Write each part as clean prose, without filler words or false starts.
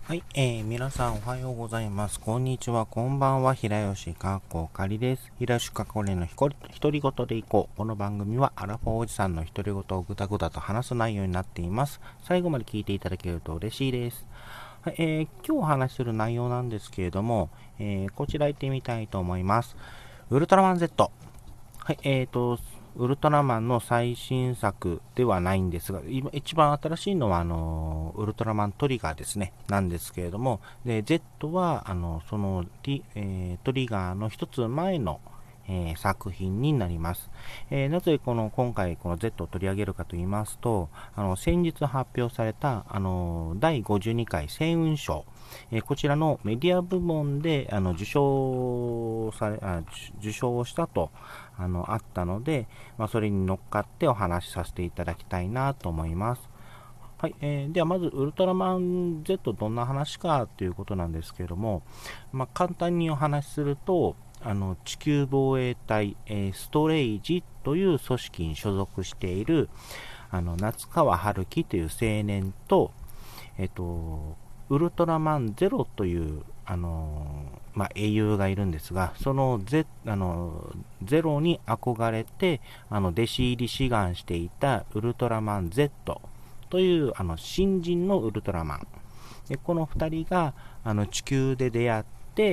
はい、皆さんおはようございます。こんにちは、こんばんは。平吉かっこかりです。平吉かっこりの独り言でいこう。この番組はアラフォーおじさんの独り言をぐだぐだと話す内容になっています。最後まで聞いていただけると嬉しいです。はい、今日お話しする内容なんですけれども、こちら行ってみたいと思います。ウルトラマン Z。はい、ウルトラマンの最新作ではないんですが、今一番新しいのは、ウルトラマントリガーですね、なんですけれども、で、Z は、その、トリガーの一つ前の、作品になります。なぜ今回この Z を取り上げるかと言いますと、先日発表された、第52回星雲賞、こちらのメディア部門で受賞をしたとあったので、それに乗っかってお話しさせていただきたいなと思います。はい、ではまずウルトラマン Z どんな話かということなんですけれども、簡単にお話しすると、地球防衛隊、ストレイジという組織に所属している夏川春樹という青年と、ウルトラマンゼロという、英雄がいるんですが、そのゼロに憧れて、弟子入り志願していたウルトラマン Z という新人のウルトラマン。でこの2人が地球で出会って、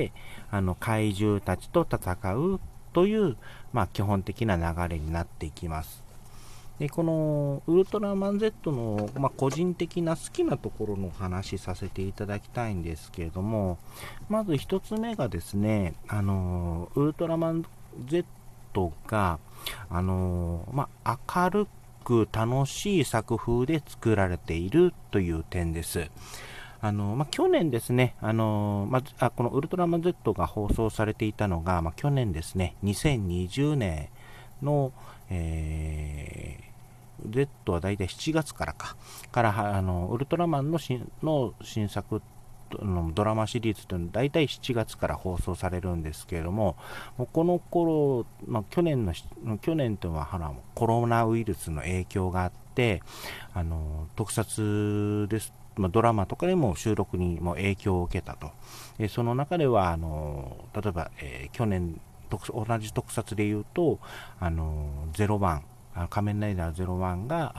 怪獣たちと戦うという、基本的な流れになっていきます。でこのウルトラマン Z の、個人的な好きなところの話させていただきたいんですけれども、まず一つ目がですね、ウルトラマン Z が、明るく楽しい作風で作られているという点です。去年ですね、このウルトラマン Z が放送されていたのが、去年ですね、2020年の、Z はだいたい7月からウルトラマンの新作のドラマシリーズというのはだいたい7月から放送されるんですけれども、この頃、去年というのはコロナウイルスの影響があって、特撮です。ドラマとかでも収録にも影響を受けたと。その中では例えば、去年同じ特撮でいうと01仮面ライダー01が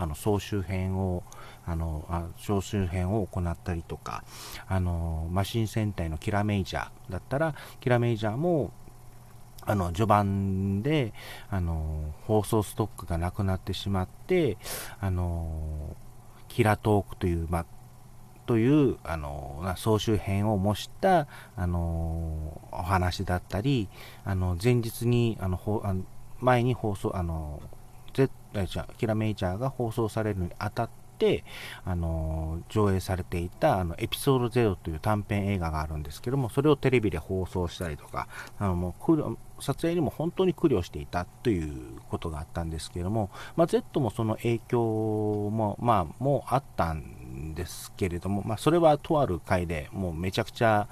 総集編を行ったりとか、マシン戦隊のキラメイジャーだったらキラメイジャーも序盤で放送ストックがなくなってしまってキラトークという総集編を模した、お話だったり前日に前に放送キラメイジャーが放送されるにあたって上映されていたエピソード0という短編映画があるんですけども、それをテレビで放送したりとか撮影にも本当に苦慮していたということがあったんですけれども、Z もその影響ももうあったんですけれども、それはとある回でもうめちゃくちゃ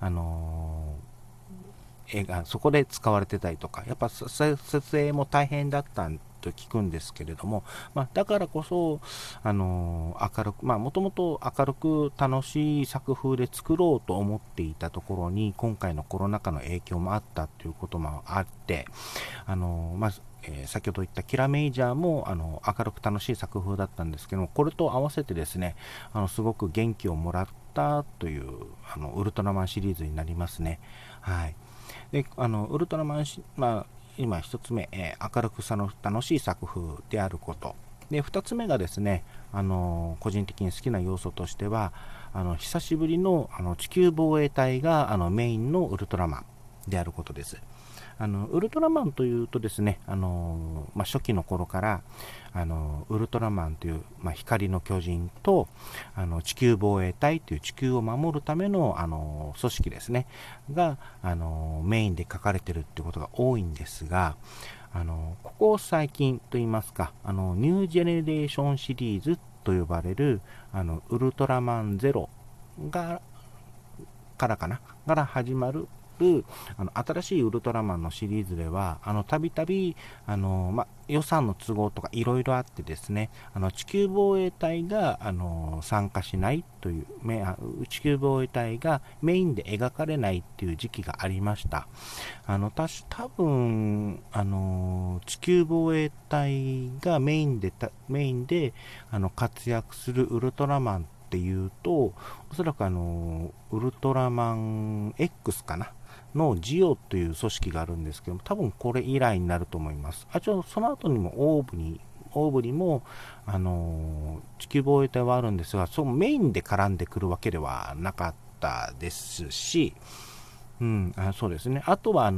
そこで使われてたりとか、やっぱ撮影も大変だったと聞くんですけれども、だからこそ明るくもともと明るく楽しい作風で作ろうと思っていたところに今回のコロナ禍の影響もあったということもあって先ほど言ったキラメイジャーも明るく楽しい作風だったんですけども、これと合わせてですねすごく元気をもらったというウルトラマンシリーズになりますね。はい。でウルトラマン今一つ目、明るく楽しい作風であることで、二つ目がですね個人的に好きな要素としては久しぶりの地球防衛隊がメインのウルトラマンであることです。ウルトラマンというとですね初期の頃からウルトラマンという、光の巨人と地球防衛隊という地球を守るための組織ですねがメインで書かれているということが多いんですが、ここ最近といいますかニュージェネレーションシリーズと呼ばれるウルトラマンゼロから始まる新しいウルトラマンのシリーズではたびたび予算の都合とかいろいろあってですね、地球防衛隊が参加しないという、地球防衛隊がメインで描かれないっていう時期がありました。多分地球防衛隊がメインで活躍するウルトラマンっていうと、おそらくウルトラマン X かなのジオという組織があるんですけども、多分これ以来になると思います。その後にもオーブにも、地球防衛隊はあるんですが、そのメインで絡んでくるわけではなかったですし、そうですね。あとは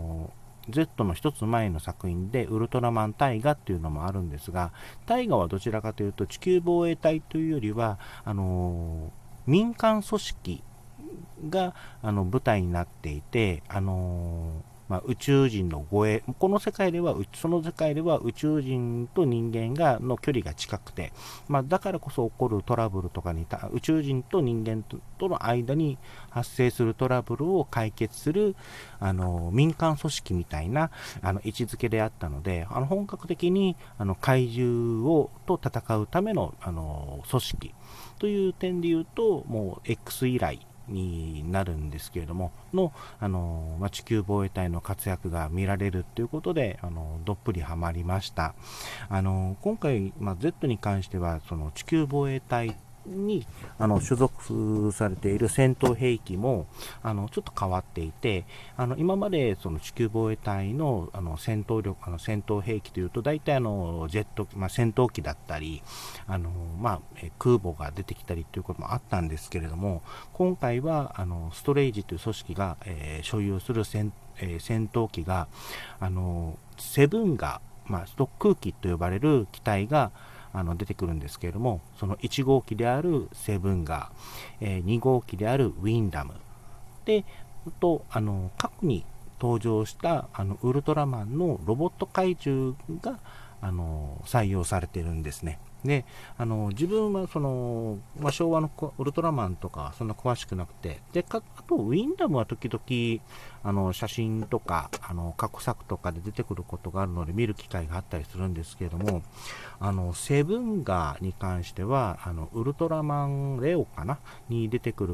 Z の一つ前の作品でウルトラマンタイガっていうのもあるんですが、タイガはどちらかというと地球防衛隊というよりは民間組織が舞台になっていて、宇宙人の護衛、その世界では宇宙人と人間の距離が近くて、だからこそ起こるトラブルとかに宇宙人と人間との間に発生するトラブルを解決する民間組織みたいな位置づけであったので、本格的に怪獣と戦うための組織という点で言うと、もう X 以来になるんですけれども地球防衛隊の活躍が見られるということでどっぷりハマりました。今回、Z に関してはその地球防衛隊に所属されている戦闘兵器もちょっと変わっていて、今までその地球防衛隊の戦闘兵器というと大体ジェット、戦闘機だったり空母が出てきたりということもあったんですけれども、今回はストレイジという組織が、所有する戦闘機がセブンガー、ストック機と呼ばれる機体が出てくるんですけれども、その1号機であるセブンガー、2号機であるウィンダムで、過去に登場したウルトラマンのロボット怪獣が採用されているんですね。で自分は昭和のウルトラマンとかそんな詳しくなくて、あとウィンダムは時々写真とか過去作とかで出てくることがあるので見る機会があったりするんですけれども、セブンガーに関してはウルトラマンレオかなに出てくる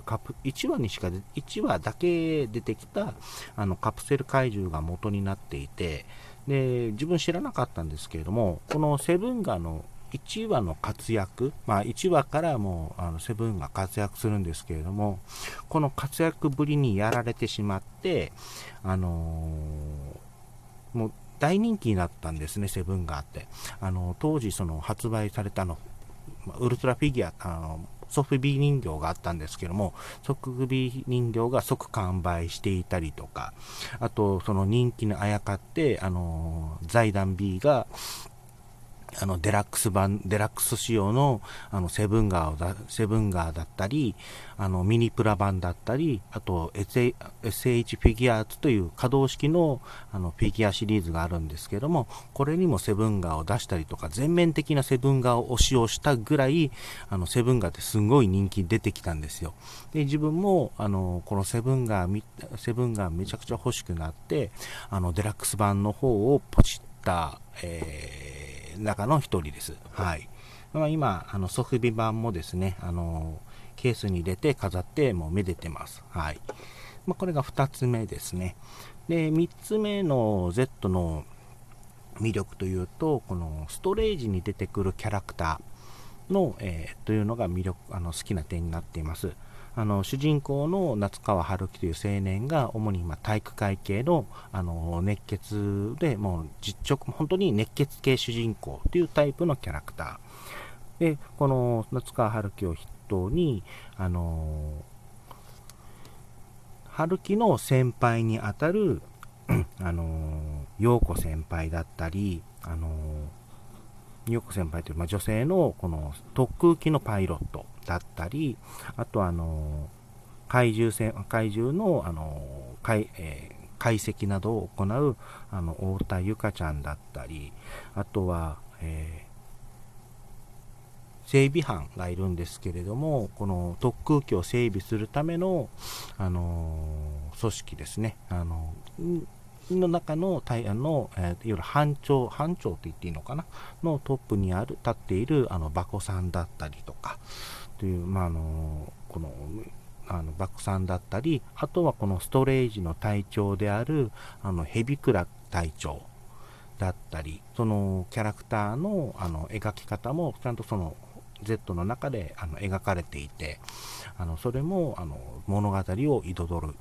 1話だけ出てきたカプセル怪獣が元になっていて、で自分知らなかったんですけれども、このセブンガーの1話の活躍、1話からもうセブンが活躍するんですけれども、この活躍ぶりにやられてしまって、もう大人気になったんですね、セブンガーって。当時発売されたウルトラフィギュア、ソフビ人形があったんですけども、ソフビ人形が即完売していたりとか、あとその人気にあやかって財団 B がデラックス仕様のセブンガーだったりミニプラ版だったり、あと SH フィギュアーツという可動式のフィギュアシリーズがあるんですけども、これにもセブンガーを出したりとか、全面的なセブンガーを使用したぐらいセブンガーってすごい人気出てきたんですよ。で自分もこのセブンガーめちゃくちゃ欲しくなってデラックス版の方をポチった、中の一人です。はい。今ソフビ版もですねケースに入れて飾ってもうめでてます。はい。これが2つ目ですね。で3つ目の Z の魅力というと、このストレージに出てくるキャラクターの、というのが魅力好きな点になっています。主人公の夏川春樹という青年が主に体育会系の、熱血でもう本当に熱血系主人公というタイプのキャラクターで、この夏川春樹を筆頭に春樹の先輩にあたる陽子先輩だったり陽子先輩という、女性のこの特空機のパイロットだったり、あと怪獣の解析などを行う太田由香ちゃんだったり、あとは、整備班がいるんですけれども、この特空機を整備するための、組織ですね。 の中のいわゆる班長って言っていいのかなのトップに立っているバコさんだったりとかという、このバコさんだったり、あとはこのストレージの隊長であるヘビクラ隊長だったり、そのキャラクターの描き方もちゃんとその Z の中で描かれていて、それも物語を彩る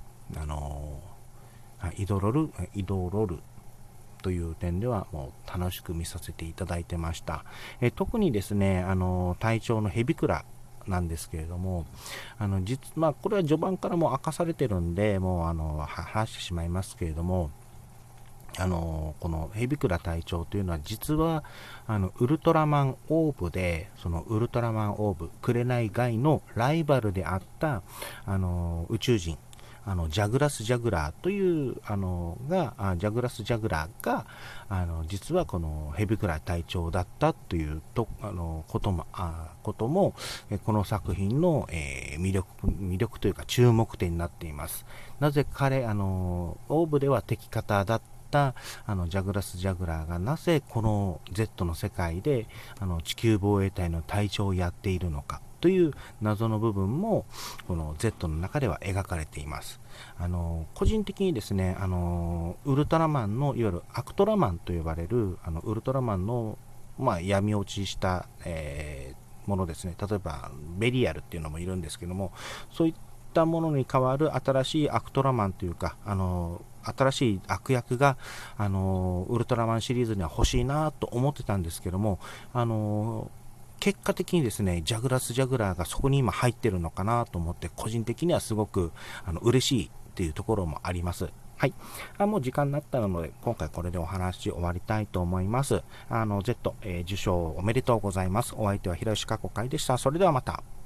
という点ではもう楽しく見させていただいてました。特にですね、隊長のヘビクラなんですけれども、これは序盤からもう明かされてるんで、もう話してしまいますけれども、このヘビクラ隊長というのは実はウルトラマンオーブで、そのウルトラマンオーブ紅ガイのライバルであった宇宙人ジャグラス・ジャグラーというジャグラス・ジャグラーが実はこのヘビクラ隊長だったということもこの作品の、魅力というか注目点になっています。なぜオーブでは敵方だったジャグラス・ジャグラーがなぜこの Z の世界で地球防衛隊の隊長をやっているのかという謎の部分もこの Z の中では描かれています。個人的にですね、ウルトラマンのいわゆるアクトラマンと呼ばれるウルトラマンの、闇落ちした、ものですね。例えばベリアルっていうのもいるんですけども、そういったものに代わる新しいアクトラマンというか新しい悪役がウルトラマンシリーズには欲しいなと思ってたんですけども、結果的にですね、ジャグラス・ジャグラーがそこに今入ってるのかなと思って、個人的にはすごく嬉しいっていうところもあります。はい。もう時間になったので、今回これでお話終わりたいと思います。Z、受賞おめでとうございます。お相手は広吉かこかいでした。それではまた。